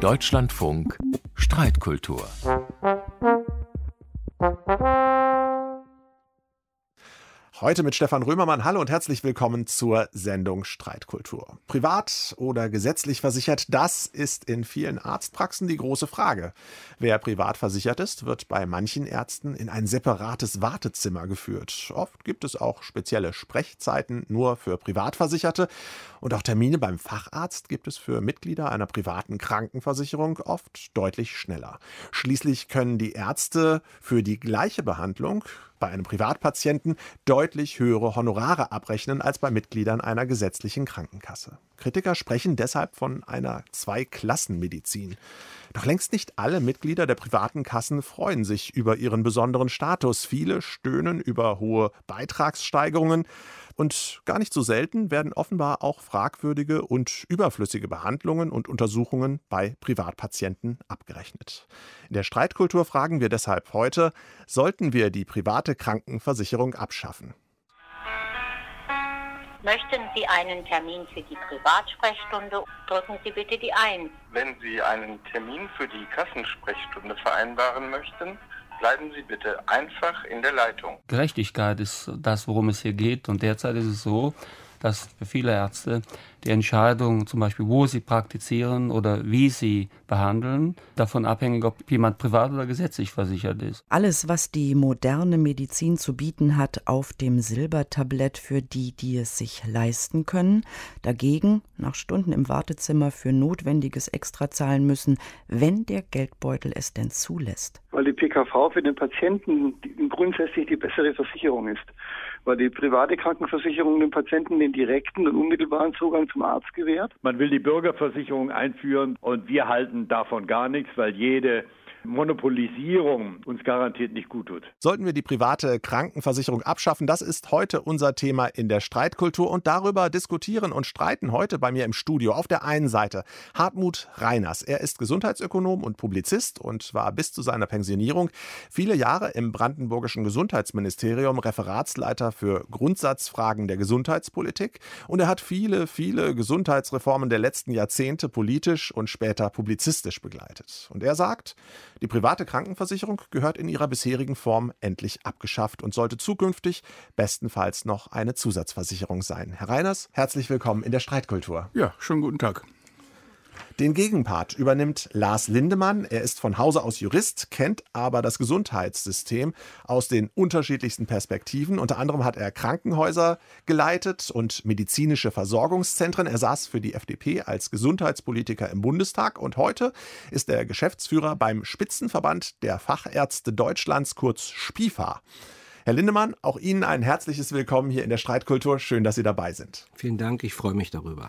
Deutschlandfunk Streitkultur. Heute mit Stefan Römermann. Hallo und herzlich willkommen zur Sendung Streitkultur. Privat oder gesetzlich versichert, das ist in vielen Arztpraxen die große Frage. Wer privat versichert ist, wird bei manchen Ärzten in ein separates Wartezimmer geführt. Oft gibt es auch spezielle Sprechzeiten nur für Privatversicherte. Und auch Termine beim Facharzt gibt es für Mitglieder einer privaten Krankenversicherung oft deutlich schneller. Schließlich können die Ärzte für die gleiche Behandlung bei einem Privatpatienten deutlich höhere Honorare abrechnen als bei Mitgliedern einer gesetzlichen Krankenkasse. Kritiker sprechen deshalb von einer Zweiklassenmedizin. Doch längst nicht alle Mitglieder der privaten Kassen freuen sich über ihren besonderen Status. Viele stöhnen über hohe Beitragssteigerungen. Und gar nicht so selten werden offenbar auch fragwürdige und überflüssige Behandlungen und Untersuchungen bei Privatpatienten abgerechnet. In der Streitkultur fragen wir deshalb heute, sollten wir die private Krankenversicherung abschaffen? Möchten Sie einen Termin für die Privatsprechstunde? Drücken Sie bitte die 1. Wenn Sie einen Termin für die Kassensprechstunde vereinbaren möchten, bleiben Sie bitte einfach in der Leitung. Gerechtigkeit ist das, worum es hier geht. Und derzeit ist es so, dass für viele Ärzte die Entscheidung, zum Beispiel wo sie praktizieren oder wie sie behandeln, davon abhängig, ob jemand privat oder gesetzlich versichert ist. Alles, was die moderne Medizin zu bieten hat, auf dem Silbertablett für die, die es sich leisten können. Dagegen nach Stunden im Wartezimmer für Notwendiges extra zahlen müssen, wenn der Geldbeutel es denn zulässt. Weil die PKV für den Patienten grundsätzlich die bessere Versicherung ist. Weil die private Krankenversicherung dem Patienten den direkten und unmittelbaren Zugang zum Arzt gewährt. Man will die Bürgerversicherung einführen und wir halten davon gar nichts, weil jede Monopolisierung uns garantiert nicht gut tut. Sollten wir die private Krankenversicherung abschaffen? Das ist heute unser Thema in der Streitkultur und darüber diskutieren und streiten heute bei mir im Studio auf der einen Seite Hartmut Reiners. Er ist Gesundheitsökonom und Publizist und war bis zu seiner Pensionierung viele Jahre im brandenburgischen Gesundheitsministerium Referatsleiter für Grundsatzfragen der Gesundheitspolitik und er hat viele Gesundheitsreformen der letzten Jahrzehnte politisch und später publizistisch begleitet. Und er sagt, die private Krankenversicherung gehört in ihrer bisherigen Form endlich abgeschafft und sollte zukünftig bestenfalls noch eine Zusatzversicherung sein. Herr Reiners, herzlich willkommen in der Streitkultur. Ja, schönen guten Tag. Den Gegenpart übernimmt Lars Lindemann. Er ist von Hause aus Jurist, kennt aber das Gesundheitssystem aus den unterschiedlichsten Perspektiven. Unter anderem hat er Krankenhäuser geleitet und medizinische Versorgungszentren. Er saß für die FDP als Gesundheitspolitiker im Bundestag und heute ist er Geschäftsführer beim Spitzenverband der Fachärzte Deutschlands, kurz SPIFA. Herr Lindemann, auch Ihnen ein herzliches Willkommen hier in der Streitkultur. Schön, dass Sie dabei sind. Vielen Dank, ich freue mich darüber.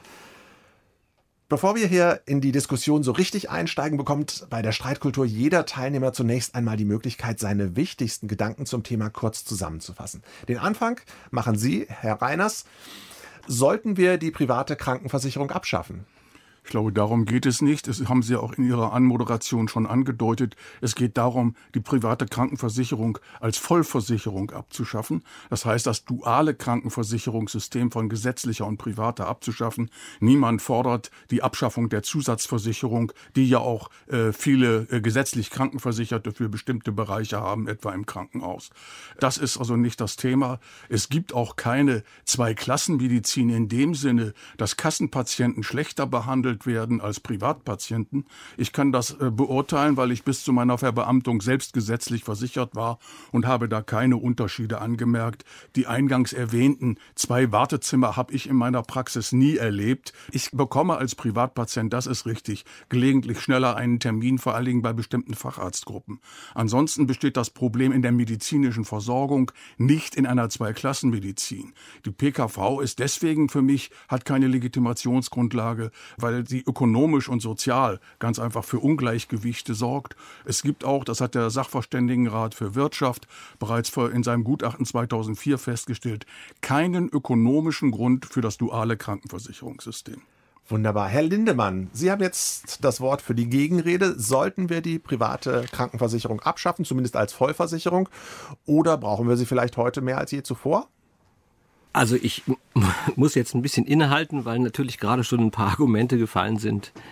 Bevor wir hier in die Diskussion so richtig einsteigen, bekommt bei der Streitkultur jeder Teilnehmer zunächst einmal die Möglichkeit, seine wichtigsten Gedanken zum Thema kurz zusammenzufassen. Den Anfang machen Sie, Herr Reiners. Sollten wir die private Krankenversicherung abschaffen? Ich glaube, darum geht es nicht. Das haben Sie auch in Ihrer Anmoderation schon angedeutet. Es geht darum, die private Krankenversicherung als Vollversicherung abzuschaffen. Das heißt, das duale Krankenversicherungssystem von gesetzlicher und privater abzuschaffen. Niemand fordert die Abschaffung der Zusatzversicherung, die ja auch viele gesetzlich Krankenversicherte für bestimmte Bereiche haben, etwa im Krankenhaus. Das ist also nicht das Thema. Es gibt auch keine Zweiklassenmedizin in dem Sinne, dass Kassenpatienten schlechter behandelt werden als Privatpatienten. Ich kann das beurteilen, weil ich bis zu meiner Verbeamtung selbst gesetzlich versichert war und habe da keine Unterschiede angemerkt. Die eingangs erwähnten 2 Wartezimmer habe ich in meiner Praxis nie erlebt. Ich bekomme als Privatpatient, das ist richtig, gelegentlich schneller einen Termin, vor allen Dingen bei bestimmten Facharztgruppen. Ansonsten besteht das Problem in der medizinischen Versorgung nicht in einer Zweiklassenmedizin. Die PKV ist deswegen für mich, hat keine Legitimationsgrundlage, weil sie ökonomisch und sozial ganz einfach für Ungleichgewichte sorgt. Es gibt auch, das hat der Sachverständigenrat für Wirtschaft bereits in seinem Gutachten 2004 festgestellt, keinen ökonomischen Grund für das duale Krankenversicherungssystem. Wunderbar. Herr Lindemann, Sie haben jetzt das Wort für die Gegenrede. Sollten wir die private Krankenversicherung abschaffen, zumindest als Vollversicherung, oder brauchen wir sie vielleicht heute mehr als je zuvor? Also ich muss jetzt ein bisschen innehalten, weil natürlich gerade schon ein paar Argumente gefallen sind,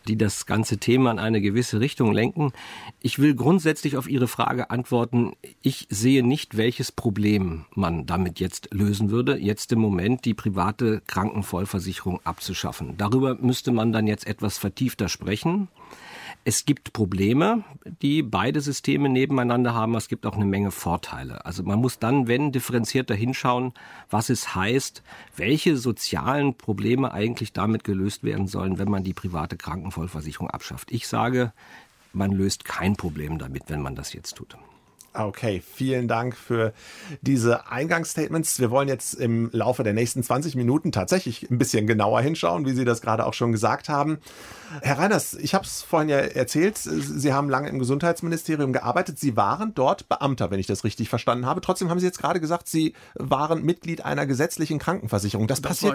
die das ganze Thema in eine gewisse Richtung lenken. Ich will grundsätzlich auf Ihre Frage antworten. Ich sehe nicht, welches Problem man damit jetzt lösen würde, jetzt im Moment die private Krankenvollversicherung abzuschaffen. Darüber müsste man dann jetzt etwas vertiefter sprechen. Es gibt Probleme, die beide Systeme nebeneinander haben. Es gibt auch eine Menge Vorteile. Also man muss dann, wenn, differenzierter hinschauen, was es heißt, welche sozialen Probleme eigentlich damit gelöst werden sollen, wenn man die private Krankenvollversicherung abschafft. Ich sage, man löst kein Problem damit, wenn man das jetzt tut. Okay, vielen Dank für diese Eingangsstatements. Wir wollen jetzt im Laufe der nächsten 20 Minuten tatsächlich ein bisschen genauer hinschauen, wie Sie das gerade auch schon gesagt haben. Herr Reiners, ich habe es vorhin ja erzählt, Sie haben lange im Gesundheitsministerium gearbeitet. Sie waren dort Beamter, wenn ich das richtig verstanden habe. Trotzdem haben Sie jetzt gerade gesagt, Sie waren Mitglied einer gesetzlichen Krankenversicherung. Das passiert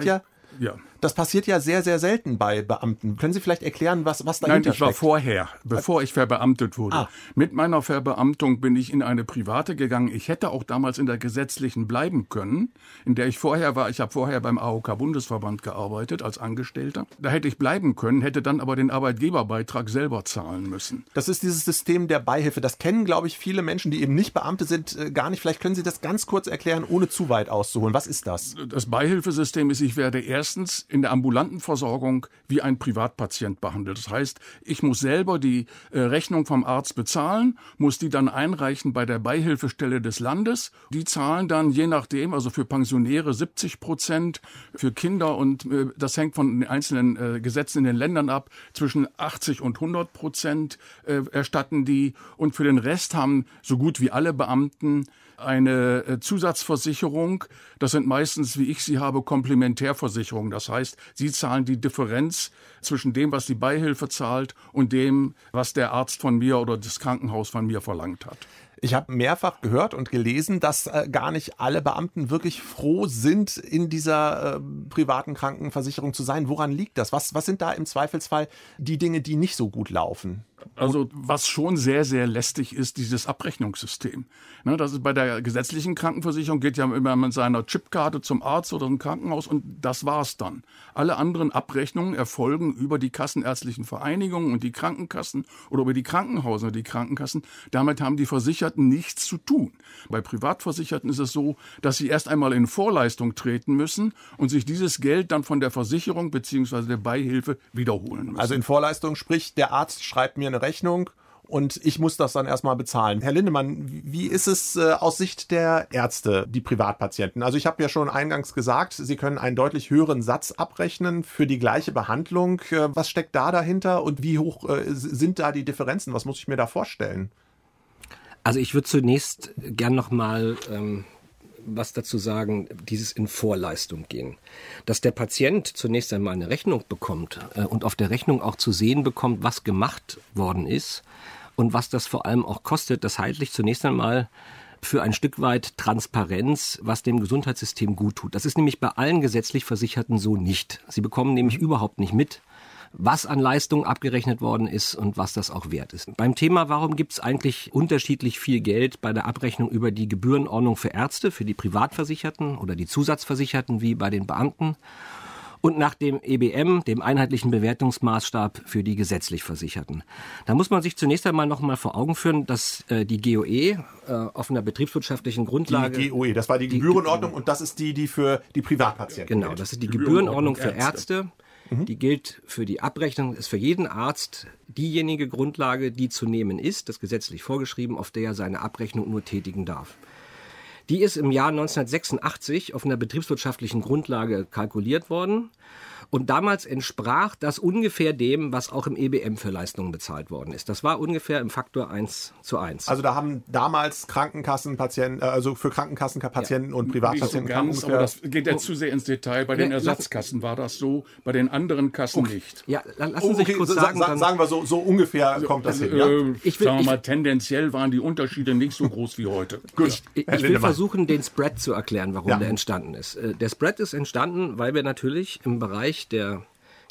ja sehr, sehr selten bei Beamten. Können Sie vielleicht erklären, was dahinter steckt? Nein, ich war vorher, bevor ich verbeamtet wurde. Mit meiner Verbeamtung bin ich in eine private gegangen. Ich hätte auch damals in der gesetzlichen bleiben können, in der ich vorher war. Ich habe vorher beim AOK-Bundesverband gearbeitet als Angestellter. Da hätte ich bleiben können, hätte dann aber den Arbeitgeberbeitrag selber zahlen müssen. Das ist dieses System der Beihilfe. Das kennen, glaube ich, viele Menschen, die eben nicht Beamte sind, gar nicht. Vielleicht können Sie das ganz kurz erklären, ohne zu weit auszuholen. Was ist das? Das Beihilfesystem ist, ich werde erstens in der ambulanten Versorgung wie ein Privatpatient behandelt. Das heißt, ich muss selber die Rechnung vom Arzt bezahlen, muss die dann einreichen bei der Beihilfestelle des Landes. Die zahlen dann je nachdem, also für Pensionäre 70%, für Kinder und das hängt von den einzelnen Gesetzen in den Ländern ab, zwischen 80 und 100% erstatten die. Und für den Rest haben so gut wie alle Beamten eine Zusatzversicherung. Das sind meistens, wie ich sie habe, Komplementärversicherungen. Das heißt, sie zahlen die Differenz zwischen dem, was die Beihilfe zahlt und dem, was der Arzt von mir oder das Krankenhaus von mir verlangt hat. Ich habe mehrfach gehört und gelesen, dass gar nicht alle Beamten wirklich froh sind, in dieser privaten Krankenversicherung zu sein. Woran liegt das? Was sind da im Zweifelsfall die Dinge, die nicht so gut laufen? Also was schon sehr, sehr lästig ist, dieses Abrechnungssystem. Das ist bei der gesetzlichen Krankenversicherung, geht ja immer mit seiner Chipkarte zum Arzt oder im Krankenhaus und das war's dann. Alle anderen Abrechnungen erfolgen über die kassenärztlichen Vereinigungen und die Krankenkassen oder über die Krankenhäuser und die Krankenkassen. Damit haben die Versicherten nichts zu tun. Bei Privatversicherten ist es so, dass sie erst einmal in Vorleistung treten müssen und sich dieses Geld dann von der Versicherung bzw. der Beihilfe wiederholen müssen. Also in Vorleistung, sprich der Arzt schreibt mir eine Rechnung und ich muss das dann erstmal bezahlen. Herr Lindemann, wie ist es aus Sicht der Ärzte, die Privatpatienten? Also ich habe ja schon eingangs gesagt, Sie können einen deutlich höheren Satz abrechnen für die gleiche Behandlung. Was steckt da dahinter und wie hoch sind da die Differenzen? Was muss ich mir da vorstellen? Also ich würde zunächst gern noch mal was dazu sagen, dieses in Vorleistung gehen. Dass der Patient zunächst einmal eine Rechnung bekommt und auf der Rechnung auch zu sehen bekommt, was gemacht worden ist und was das vor allem auch kostet, das halte ich zunächst einmal für ein Stück weit Transparenz, was dem Gesundheitssystem gut tut. Das ist nämlich bei allen gesetzlich Versicherten so nicht. Sie bekommen nämlich überhaupt nicht mit, was an Leistungen abgerechnet worden ist und was das auch wert ist. Beim Thema, warum gibt es eigentlich unterschiedlich viel Geld bei der Abrechnung über die Gebührenordnung für Ärzte, für die Privatversicherten oder die Zusatzversicherten wie bei den Beamten und nach dem EBM, dem einheitlichen Bewertungsmaßstab für die gesetzlich Versicherten. Da muss man sich zunächst einmal noch mal vor Augen führen, dass die GOE auf einer betriebswirtschaftlichen Grundlage... Die GOE, das war die Gebührenordnung und das ist die für die Privatpatienten. Genau, das ist die Gebührenordnung für Ärzte. Die gilt für die Abrechnung, ist für jeden Arzt diejenige Grundlage, die zu nehmen ist, das gesetzlich vorgeschrieben, auf der er seine Abrechnung nur tätigen darf. Die ist im Jahr 1986 auf einer betriebswirtschaftlichen Grundlage kalkuliert worden. Und damals entsprach das ungefähr dem, was auch im EBM für Leistungen bezahlt worden ist. Das war ungefähr im Faktor 1:1. Also da haben damals Krankenkassenpatienten, also für Krankenkassenpatienten und Privatpatienten... Nicht so ganz, aber das geht ja zu sehr ins Detail. Bei den Ersatzkassen war das so, bei den anderen Kassen nicht. Ja, lassen Sie sich kurz sagen... Sagen wir so ungefähr kommt das hin, ja? Sagen wir mal, tendenziell waren die Unterschiede nicht so groß wie heute. Gut. Ich will versuchen, den Spread zu erklären, warum der entstanden ist. Der Spread ist entstanden, weil wir natürlich im Bereich der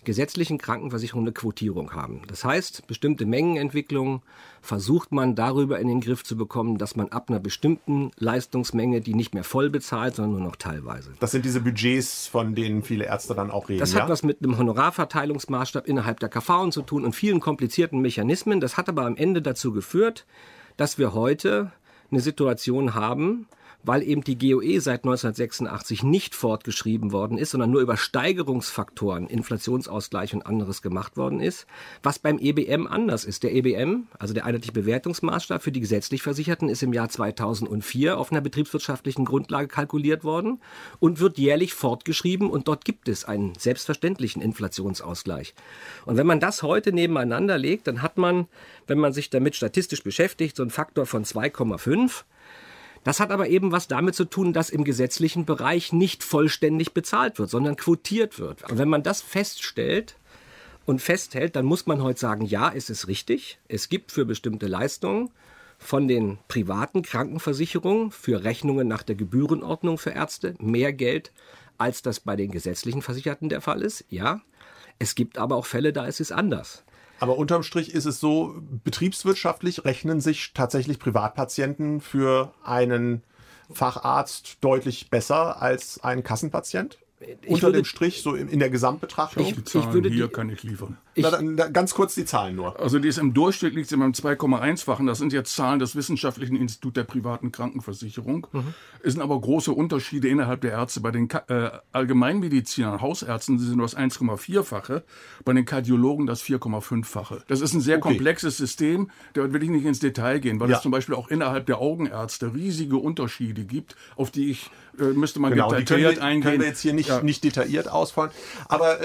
gesetzlichen Krankenversicherungen eine Quotierung haben. Das heißt, bestimmte Mengenentwicklungen versucht man darüber in den Griff zu bekommen, dass man ab einer bestimmten Leistungsmenge die nicht mehr voll bezahlt, sondern nur noch teilweise. Das sind diese Budgets, von denen viele Ärzte dann auch reden. Das hat was mit einem Honorarverteilungsmaßstab innerhalb der KV zu tun und vielen komplizierten Mechanismen. Das hat aber am Ende dazu geführt, dass wir heute eine Situation haben, weil eben die GOE seit 1986 nicht fortgeschrieben worden ist, sondern nur über Steigerungsfaktoren, Inflationsausgleich und anderes gemacht worden ist, was beim EBM anders ist. Der EBM, also der einheitliche Bewertungsmaßstab für die gesetzlich Versicherten, ist im Jahr 2004 auf einer betriebswirtschaftlichen Grundlage kalkuliert worden und wird jährlich fortgeschrieben und dort gibt es einen selbstverständlichen Inflationsausgleich. Und wenn man das heute nebeneinander legt, dann hat man, wenn man sich damit statistisch beschäftigt, so einen Faktor von 2,5. Das hat aber eben was damit zu tun, dass im gesetzlichen Bereich nicht vollständig bezahlt wird, sondern quotiert wird. Und wenn man das feststellt und festhält, dann muss man heute sagen, ja, es ist richtig. Es gibt für bestimmte Leistungen von den privaten Krankenversicherungen für Rechnungen nach der Gebührenordnung für Ärzte mehr Geld, als das bei den gesetzlichen Versicherten der Fall ist. Ja, es gibt aber auch Fälle, da ist es anders. Aber unterm Strich ist es so, betriebswirtschaftlich rechnen sich tatsächlich Privatpatienten für einen Facharzt deutlich besser als ein Kassenpatient? Unter dem Strich, so in der Gesamtbetrachtung? Kann ich liefern. Ganz kurz die Zahlen nur. Also im Durchschnitt liegt sie beim 2,1-fachen. Das sind jetzt Zahlen des Wissenschaftlichen Instituts der privaten Krankenversicherung. Es sind aber große Unterschiede innerhalb der Ärzte. Bei den Allgemeinmedizinern, Hausärzten sind das 1,4-fache, bei den Kardiologen das 4,5-fache. Das ist ein sehr komplexes System. Da will ich nicht ins Detail gehen, weil es zum Beispiel auch innerhalb der Augenärzte riesige Unterschiede gibt, auf die ich müsste man detailliert eingehen. Können wir jetzt hier nicht detailliert ausfallen. Aber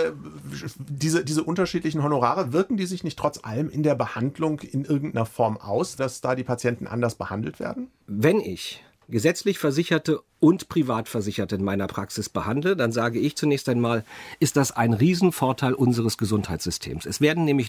diese unterschiedlichen Honorare, wirken die sich nicht trotz allem in der Behandlung in irgendeiner Form aus, dass da die Patienten anders behandelt werden? Wenn ich gesetzlich Versicherte und Privatversicherte in meiner Praxis behandle, dann sage ich zunächst einmal, ist das ein Riesenvorteil unseres Gesundheitssystems. Es werden nämlich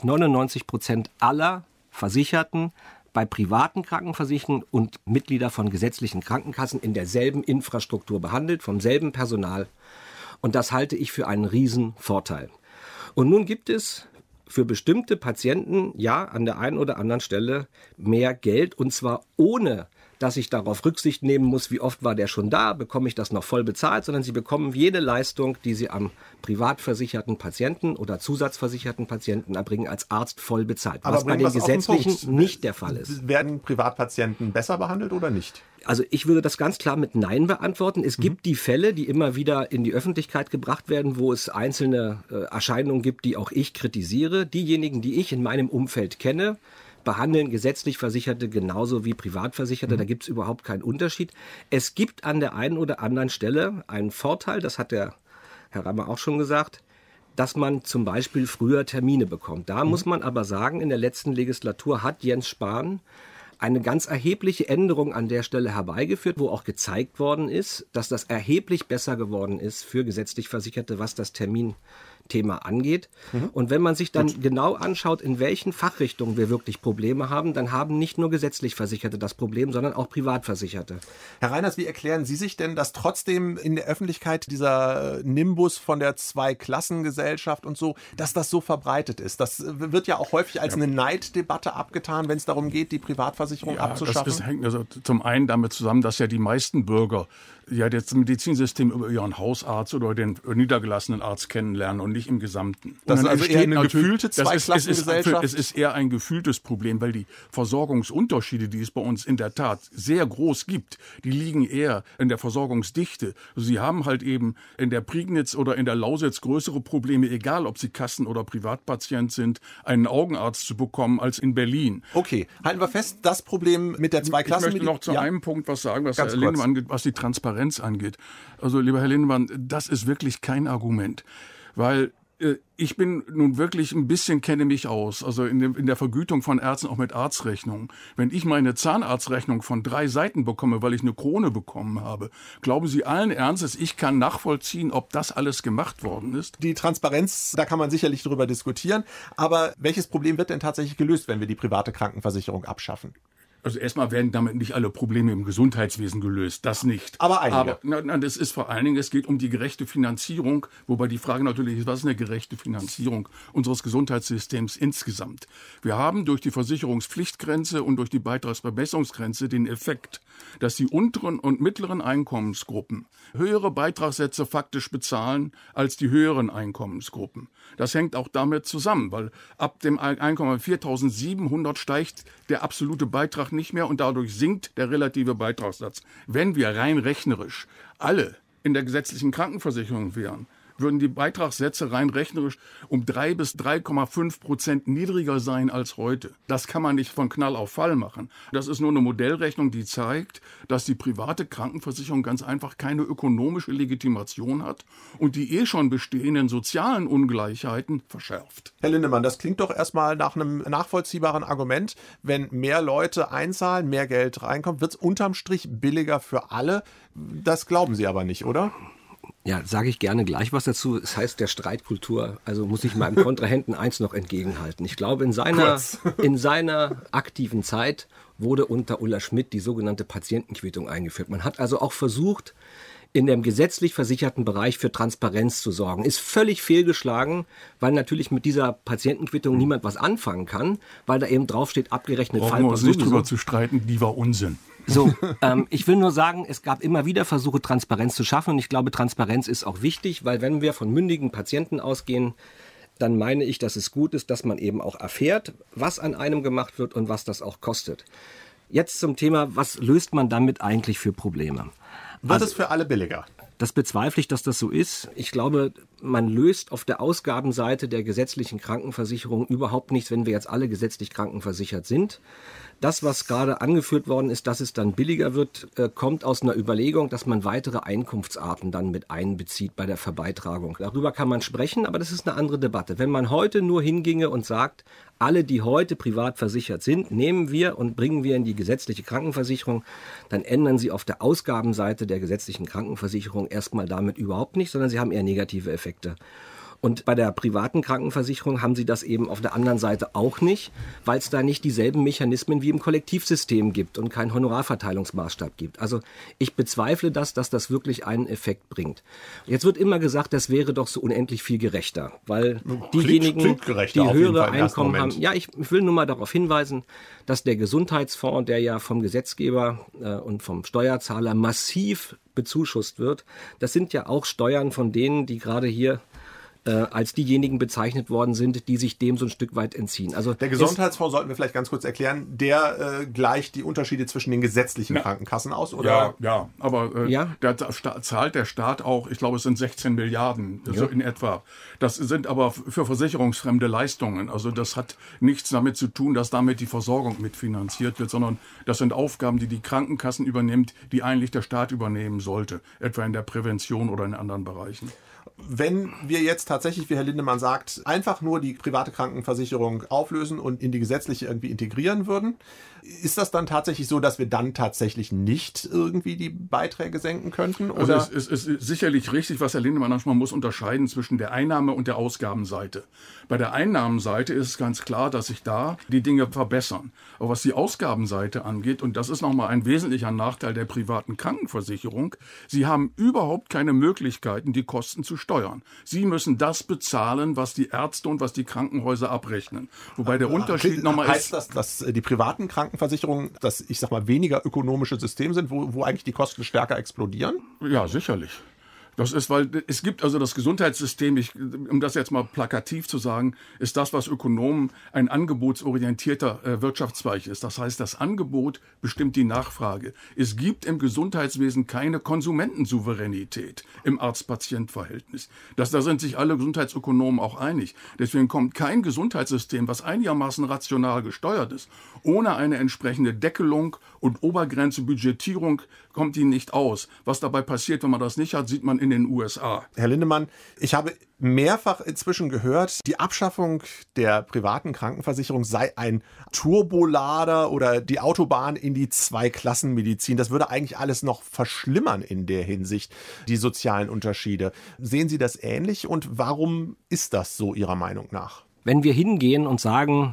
99% aller Versicherten bei privaten Krankenversicherungen und Mitglieder von gesetzlichen Krankenkassen in derselben Infrastruktur behandelt, vom selben Personal. Und das halte ich für einen Riesenvorteil. Und nun gibt es für bestimmte Patienten, ja, an der einen oder anderen Stelle mehr Geld, und zwar ohne, dass ich darauf Rücksicht nehmen muss, wie oft war der schon da, bekomme ich das noch voll bezahlt, sondern sie bekommen jede Leistung, die sie am privat versicherten Patienten oder zusatzversicherten Patienten erbringen, als Arzt voll bezahlt. Aber was bei den gesetzlichen nicht der Fall ist. Werden Privatpatienten besser behandelt oder nicht? Also ich würde das ganz klar mit Nein beantworten. Es gibt die Fälle, die immer wieder in die Öffentlichkeit gebracht werden, wo es einzelne Erscheinungen gibt, die auch ich kritisiere. Diejenigen, die ich in meinem Umfeld kenne, behandeln gesetzlich Versicherte genauso wie Privatversicherte. Da gibt es überhaupt keinen Unterschied. Es gibt an der einen oder anderen Stelle einen Vorteil, das hat der Herr Rammer auch schon gesagt, dass man zum Beispiel früher Termine bekommt. Da muss man aber sagen, in der letzten Legislatur hat Jens Spahn eine ganz erhebliche Änderung an der Stelle herbeigeführt, wo auch gezeigt worden ist, dass das erheblich besser geworden ist für gesetzlich Versicherte, was das Terminthema angeht. Und wenn man sich dann genau anschaut, in welchen Fachrichtungen wir wirklich Probleme haben, dann haben nicht nur gesetzlich Versicherte das Problem, sondern auch Privatversicherte. Herr Reiners, wie erklären Sie sich denn, dass trotzdem in der Öffentlichkeit dieser Nimbus von der Zweiklassengesellschaft und so, dass das so verbreitet ist? Das wird ja auch häufig als eine Neiddebatte abgetan, wenn es darum geht, die Privatversicherung abzuschaffen. Das hängt also zum einen damit zusammen, dass ja die meisten Bürger das Medizinsystem über ihren Hausarzt oder den niedergelassenen Arzt kennenlernen und nicht im Gesamten. Das ist also eher eine gefühlte Zweiklassengesellschaft? Es ist eher ein gefühltes Problem, weil die Versorgungsunterschiede, die es bei uns in der Tat sehr groß gibt, die liegen eher in der Versorgungsdichte. Also Sie haben halt eben in der Prignitz oder in der Lausitz größere Probleme, egal ob Sie Kassen- oder Privatpatient sind, einen Augenarzt zu bekommen, als in Berlin. Okay, halten wir fest, das Problem mit der Zweiklassen... Ich möchte noch zu einem Punkt was sagen, was Herr Lindemann angeht, was die Transparenz angeht. Also, lieber Herr Lindemann, das ist wirklich kein Argument, weil ich bin nun wirklich ein bisschen, kenne mich aus, also in der Vergütung von Ärzten, auch mit Arztrechnungen. Wenn ich meine Zahnarztrechnung von 3 Seiten bekomme, weil ich eine Krone bekommen habe, glauben Sie allen Ernstes, ich kann nachvollziehen, ob das alles gemacht worden ist? Die Transparenz, da kann man sicherlich drüber diskutieren, aber welches Problem wird denn tatsächlich gelöst, wenn wir die private Krankenversicherung abschaffen? Also erstmal werden damit nicht alle Probleme im Gesundheitswesen gelöst, das nicht. Aber einige. Aber das ist vor allen Dingen, es geht um die gerechte Finanzierung, wobei die Frage natürlich ist, was ist eine gerechte Finanzierung unseres Gesundheitssystems insgesamt? Wir haben durch die Versicherungspflichtgrenze und durch die Beitragsbemessungsgrenze den Effekt, dass die unteren und mittleren Einkommensgruppen höhere Beitragssätze faktisch bezahlen als die höheren Einkommensgruppen. Das hängt auch damit zusammen, weil ab dem Einkommen 4.700 steigt der absolute Beitrag nicht mehr und dadurch sinkt der relative Beitragssatz. Wenn wir rein rechnerisch alle in der gesetzlichen Krankenversicherung wären, würden die Beitragssätze rein rechnerisch um 3 bis 3,5% niedriger sein als heute. Das kann man nicht von Knall auf Fall machen. Das ist nur eine Modellrechnung, die zeigt, dass die private Krankenversicherung ganz einfach keine ökonomische Legitimation hat und die schon bestehenden sozialen Ungleichheiten verschärft. Herr Lindemann, das klingt doch erstmal nach einem nachvollziehbaren Argument. Wenn mehr Leute einzahlen, mehr Geld reinkommt, wird es unterm Strich billiger für alle. Das glauben Sie aber nicht, oder? Ja, sage ich gerne gleich was dazu. Es heißt der Streitkultur, also muss ich meinem Kontrahenten eins noch entgegenhalten. Ich glaube, in seiner aktiven Zeit wurde unter Ulla Schmidt die sogenannte Patientenquittung eingeführt. Man hat also auch versucht, in dem gesetzlich versicherten Bereich für Transparenz zu sorgen. Ist völlig fehlgeschlagen, weil natürlich mit dieser Patientenquittung niemand was anfangen kann, weil da eben draufsteht, abgerechnet Fallpass. Brauchen wir uns nicht drüber zu streiten, die war Unsinn. So, ich will nur sagen, es gab immer wieder Versuche, Transparenz zu schaffen und ich glaube, Transparenz ist auch wichtig, weil wenn wir von mündigen Patienten ausgehen, dann meine ich, dass es gut ist, dass man eben auch erfährt, was an einem gemacht wird und was das auch kostet. Jetzt zum Thema, was löst man damit eigentlich für Probleme? Wird es für alle billiger? Das bezweifle ich, dass das so ist. Ich glaube, man löst auf der Ausgabenseite der gesetzlichen Krankenversicherung überhaupt nichts, wenn wir jetzt alle gesetzlich krankenversichert sind. Das, was gerade angeführt worden ist, dass es dann billiger wird, kommt aus einer Überlegung, dass man weitere Einkunftsarten dann mit einbezieht bei der Verbeitragung. Darüber kann man sprechen, aber das ist eine andere Debatte. Wenn man heute nur hinginge und sagt, alle, die heute privat versichert sind, nehmen wir und bringen wir in die gesetzliche Krankenversicherung, dann ändern sie auf der Ausgabenseite der gesetzlichen Krankenversicherung erstmal damit überhaupt nicht, sondern sie haben eher negative Effekte. Und bei der privaten Krankenversicherung haben sie das eben auf der anderen Seite auch nicht, weil es da nicht dieselben Mechanismen wie im Kollektivsystem gibt und keinen Honorarverteilungsmaßstab gibt. Also ich bezweifle dass das wirklich einen Effekt bringt. Jetzt wird immer gesagt, das wäre doch so unendlich viel gerechter, weil diejenigen, die höhere Einkommen haben. Ja, ich will nur mal darauf hinweisen, dass der Gesundheitsfonds, der ja vom Gesetzgeber und vom Steuerzahler massiv bezuschusst wird, das sind ja auch Steuern von denen, die gerade hier als diejenigen bezeichnet worden sind, die sich dem so ein Stück weit entziehen. Also der Gesundheitsfonds, sollten wir vielleicht ganz kurz erklären, der gleicht die Unterschiede zwischen den gesetzlichen Krankenkassen aus, oder? Ja, aber da zahlt der Staat auch, ich glaube, es sind 16 Milliarden, so in etwa. Das sind aber für versicherungsfremde Leistungen. Also das hat nichts damit zu tun, dass damit die Versorgung mitfinanziert wird, sondern das sind Aufgaben, die die Krankenkassen übernimmt, die eigentlich der Staat übernehmen sollte, etwa in der Prävention oder in anderen Bereichen. Wenn wir jetzt tatsächlich, wie Herr Lindemann sagt, einfach nur die private Krankenversicherung auflösen und in die gesetzliche irgendwie integrieren würden, ist das dann tatsächlich so, dass wir dann tatsächlich nicht irgendwie die Beiträge senken könnten? Oder? Also es ist sicherlich richtig, was Herr Lindemann sagt, man muss unterscheiden zwischen der Einnahme- und der Ausgabenseite. Bei der Einnahmenseite ist es ganz klar, dass sich da die Dinge verbessern. Aber was die Ausgabenseite angeht, und das ist nochmal ein wesentlicher Nachteil der privaten Krankenversicherung, sie haben überhaupt keine Möglichkeiten, die Kosten zu steuern. Sie müssen das bezahlen, was die Ärzte und was die Krankenhäuser abrechnen. Wobei der Unterschied nochmal ist... Heißt das, dass die privaten Krankenversicherungen das, ich sag mal, weniger ökonomische System sind, wo eigentlich die Kosten stärker explodieren? Ja, sicherlich. Das ist, weil es gibt also das Gesundheitssystem, um das jetzt mal plakativ zu sagen, ist das, was Ökonomen ein angebotsorientierter Wirtschaftszweig ist. Das heißt, das Angebot bestimmt die Nachfrage. Es gibt im Gesundheitswesen keine Konsumentensouveränität im Arzt-Patient-Verhältnis. Da sind sich alle Gesundheitsökonomen auch einig. Deswegen kommt kein Gesundheitssystem, was einigermaßen rational gesteuert ist, ohne eine entsprechende Deckelung und Obergrenze, Budgetierung, kommt die nicht aus. Was dabei passiert, wenn man das nicht hat, sieht man in den USA. Herr Lindemann, ich habe mehrfach inzwischen gehört, die Abschaffung der privaten Krankenversicherung sei ein Turbolader oder die Autobahn in die Zweiklassenmedizin. Das würde eigentlich alles noch verschlimmern in der Hinsicht, die sozialen Unterschiede. Sehen Sie das ähnlich und warum ist das so Ihrer Meinung nach? Wenn wir hingehen und sagen,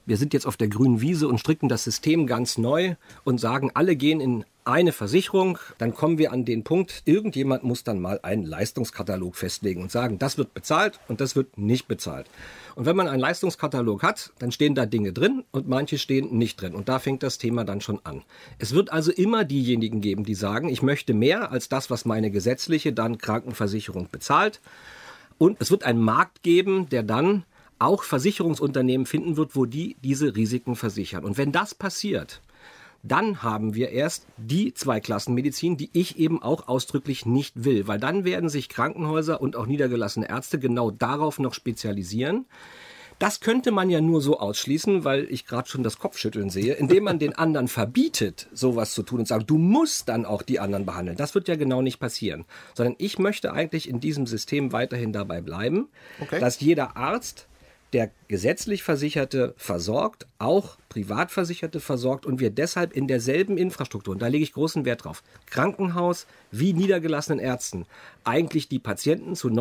wir sind jetzt auf der grünen Wiese und stricken das System ganz neu und sagen, alle gehen in eine Versicherung, dann kommen wir an den Punkt, irgendjemand muss dann mal einen Leistungskatalog festlegen und sagen, das wird bezahlt und das wird nicht bezahlt. Und wenn man einen Leistungskatalog hat, dann stehen da Dinge drin und manche stehen nicht drin. Und da fängt das Thema dann schon an. Es wird also immer diejenigen geben, die sagen, ich möchte mehr als das, was meine gesetzliche dann Krankenversicherung bezahlt. Und es wird einen Markt geben, der dann auch Versicherungsunternehmen finden wird, wo die diese Risiken versichern. Und wenn das passiert, dann haben wir erst die Zweiklassenmedizin, die ich eben auch ausdrücklich nicht will. Weil dann werden sich Krankenhäuser und auch niedergelassene Ärzte genau darauf noch spezialisieren. Das könnte man ja nur so ausschließen, weil ich gerade schon das Kopfschütteln sehe, indem man den anderen verbietet, sowas zu tun und sagt, du musst dann auch die anderen behandeln. Das wird ja genau nicht passieren. Sondern ich möchte eigentlich in diesem System weiterhin dabei bleiben, dass jeder Arzt, der gesetzlich Versicherte versorgt, auch Privatversicherte versorgt und wir deshalb in derselben Infrastruktur, und da lege ich großen Wert drauf, Krankenhaus wie niedergelassenen Ärzten, eigentlich die Patienten zu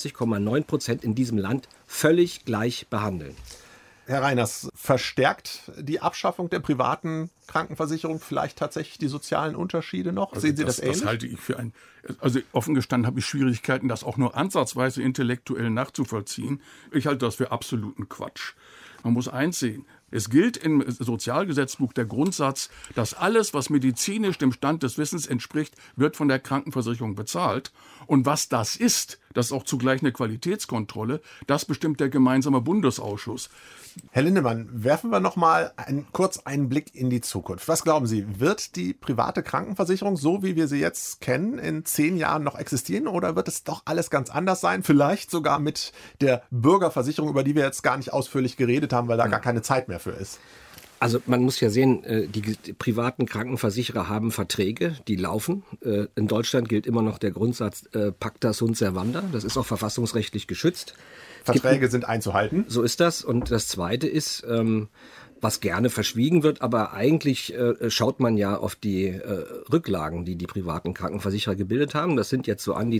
99,9% in diesem Land völlig gleich behandeln. Herr Reiners, verstärkt die Abschaffung der privaten Krankenversicherung vielleicht tatsächlich die sozialen Unterschiede noch? Also sehen Sie das ähnlich? Das halte ich für also offen gestanden habe ich Schwierigkeiten, das auch nur ansatzweise intellektuell nachzuvollziehen. Ich halte das für absoluten Quatsch. Man muss eins sehen. Es gilt im Sozialgesetzbuch der Grundsatz, dass alles, was medizinisch dem Stand des Wissens entspricht, wird von der Krankenversicherung bezahlt. Und was das ist auch zugleich eine Qualitätskontrolle, das bestimmt der gemeinsame Bundesausschuss. Herr Lindemann, werfen wir noch mal kurz einen Blick in die Zukunft. Was glauben Sie, wird die private Krankenversicherung, so wie wir sie jetzt kennen, in 10 Jahren noch existieren oder wird es doch alles ganz anders sein? Vielleicht sogar mit der Bürgerversicherung, über die wir jetzt gar nicht ausführlich geredet haben, weil da gar keine Zeit mehr für ist. Also man muss ja sehen, die privaten Krankenversicherer haben Verträge, die laufen. In Deutschland gilt immer noch der Grundsatz Pacta sunt servanda. Das ist auch verfassungsrechtlich geschützt. Verträge sind einzuhalten. So ist das. Und das Zweite ist, was gerne verschwiegen wird, aber eigentlich schaut man ja auf die Rücklagen, die die privaten Krankenversicherer gebildet haben. Das sind jetzt so an die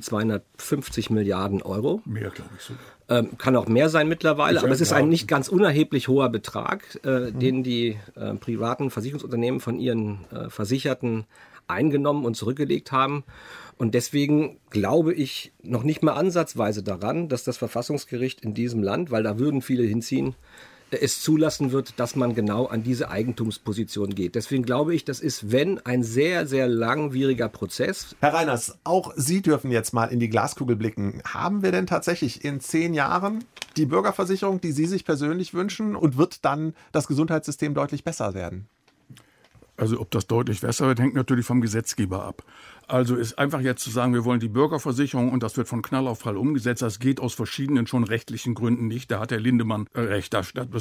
250 Milliarden Euro. Mehr, glaube ich sogar. Kann auch mehr sein mittlerweile, aber es ist ein nicht ganz unerheblich hoher Betrag, den die privaten Versicherungsunternehmen von ihren Versicherten eingenommen und zurückgelegt haben. Und deswegen glaube ich noch nicht mal ansatzweise daran, dass das Verfassungsgericht in diesem Land, weil da würden viele hinziehen, es zulassen wird, dass man genau an diese Eigentumsposition geht. Deswegen glaube ich, das ist, wenn, ein sehr, sehr langwieriger Prozess. Herr Reiners, auch Sie dürfen jetzt mal in die Glaskugel blicken. Haben wir denn tatsächlich in 10 Jahren die Bürgerversicherung, die Sie sich persönlich wünschen, und wird dann das Gesundheitssystem deutlich besser werden? Also ob das deutlich besser wird, hängt natürlich vom Gesetzgeber ab. Also ist einfach jetzt zu sagen, wir wollen die Bürgerversicherung und das wird von Knall auf Fall umgesetzt, das geht aus verschiedenen schon rechtlichen Gründen nicht. Da hat Herr Lindemann recht.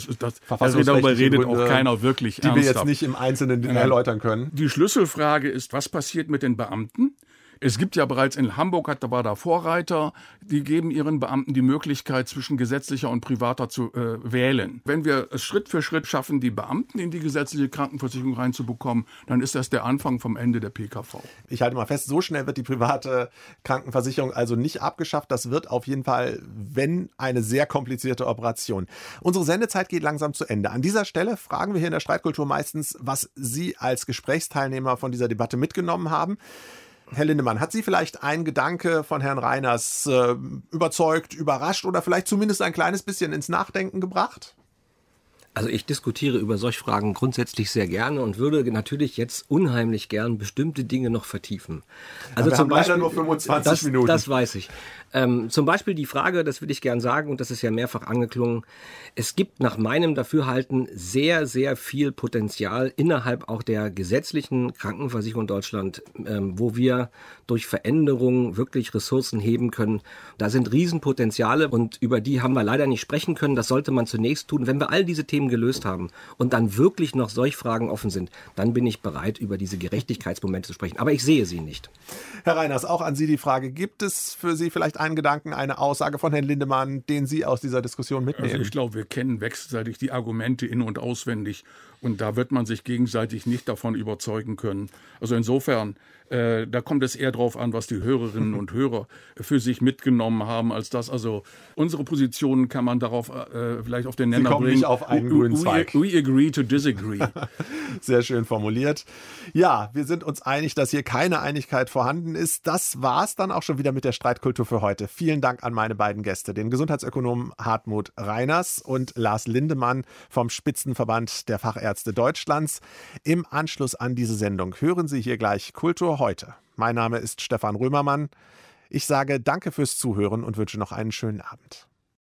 Darüber redet auch keiner wirklich ernsthaft. Die wir jetzt nicht im Einzelnen erläutern können. Die Schlüsselfrage ist, was passiert mit den Beamten? Es gibt ja bereits in Hamburg, war da Vorreiter, die geben ihren Beamten die Möglichkeit, zwischen gesetzlicher und privater zu wählen. Wenn wir es Schritt für Schritt schaffen, die Beamten in die gesetzliche Krankenversicherung reinzubekommen, dann ist das der Anfang vom Ende der PKV. Ich halte mal fest, so schnell wird die private Krankenversicherung also nicht abgeschafft. Das wird auf jeden Fall, wenn, eine sehr komplizierte Operation. Unsere Sendezeit geht langsam zu Ende. An dieser Stelle fragen wir hier in der Streitkultur meistens, was Sie als Gesprächsteilnehmer von dieser Debatte mitgenommen haben. Herr Lindemann, hat Sie vielleicht ein Gedanke von Herrn Reiners überzeugt, überrascht oder vielleicht zumindest ein kleines bisschen ins Nachdenken gebracht? Also ich diskutiere über solche Fragen grundsätzlich sehr gerne und würde natürlich jetzt unheimlich gern bestimmte Dinge noch vertiefen. Also wir haben leider nur 25 Minuten. Das weiß ich. Zum Beispiel die Frage, das will ich gern sagen, und das ist ja mehrfach angeklungen, es gibt nach meinem Dafürhalten sehr, sehr viel Potenzial innerhalb auch der gesetzlichen Krankenversicherung in Deutschland, wo wir durch Veränderungen wirklich Ressourcen heben können. Da sind Riesenpotenziale und über die haben wir leider nicht sprechen können. Das sollte man zunächst tun. Wenn wir all diese Themen gelöst haben und dann wirklich noch solche Fragen offen sind, dann bin ich bereit, über diese Gerechtigkeitsmomente zu sprechen. Aber ich sehe sie nicht. Herr Reiners, auch an Sie die Frage, gibt es für Sie vielleicht einen Gedanken, eine Aussage von Herrn Lindemann, den Sie aus dieser Diskussion mitnehmen? Also ich glaube, wir kennen wechselseitig die Argumente in- und auswendig und da wird man sich gegenseitig nicht davon überzeugen können. Also insofern, da kommt es eher darauf an, was die Hörerinnen und Hörer für sich mitgenommen haben, als das. Also unsere Positionen kann man darauf vielleicht auf den Nenner bringen. Nicht auf einen grünen Zweig. We agree to disagree. Sehr schön formuliert. Ja, wir sind uns einig, dass hier keine Einigkeit vorhanden ist. Das war's dann auch schon wieder mit der Streitkultur für heute. Vielen Dank an meine beiden Gäste, den Gesundheitsökonomen Hartmut Reiners und Lars Lindemann vom Spitzenverband der Fachärzte Deutschlands. Im Anschluss an diese Sendung hören Sie hier gleich Kultur heute. Mein Name ist Stefan Römermann. Ich sage danke fürs Zuhören und wünsche noch einen schönen Abend.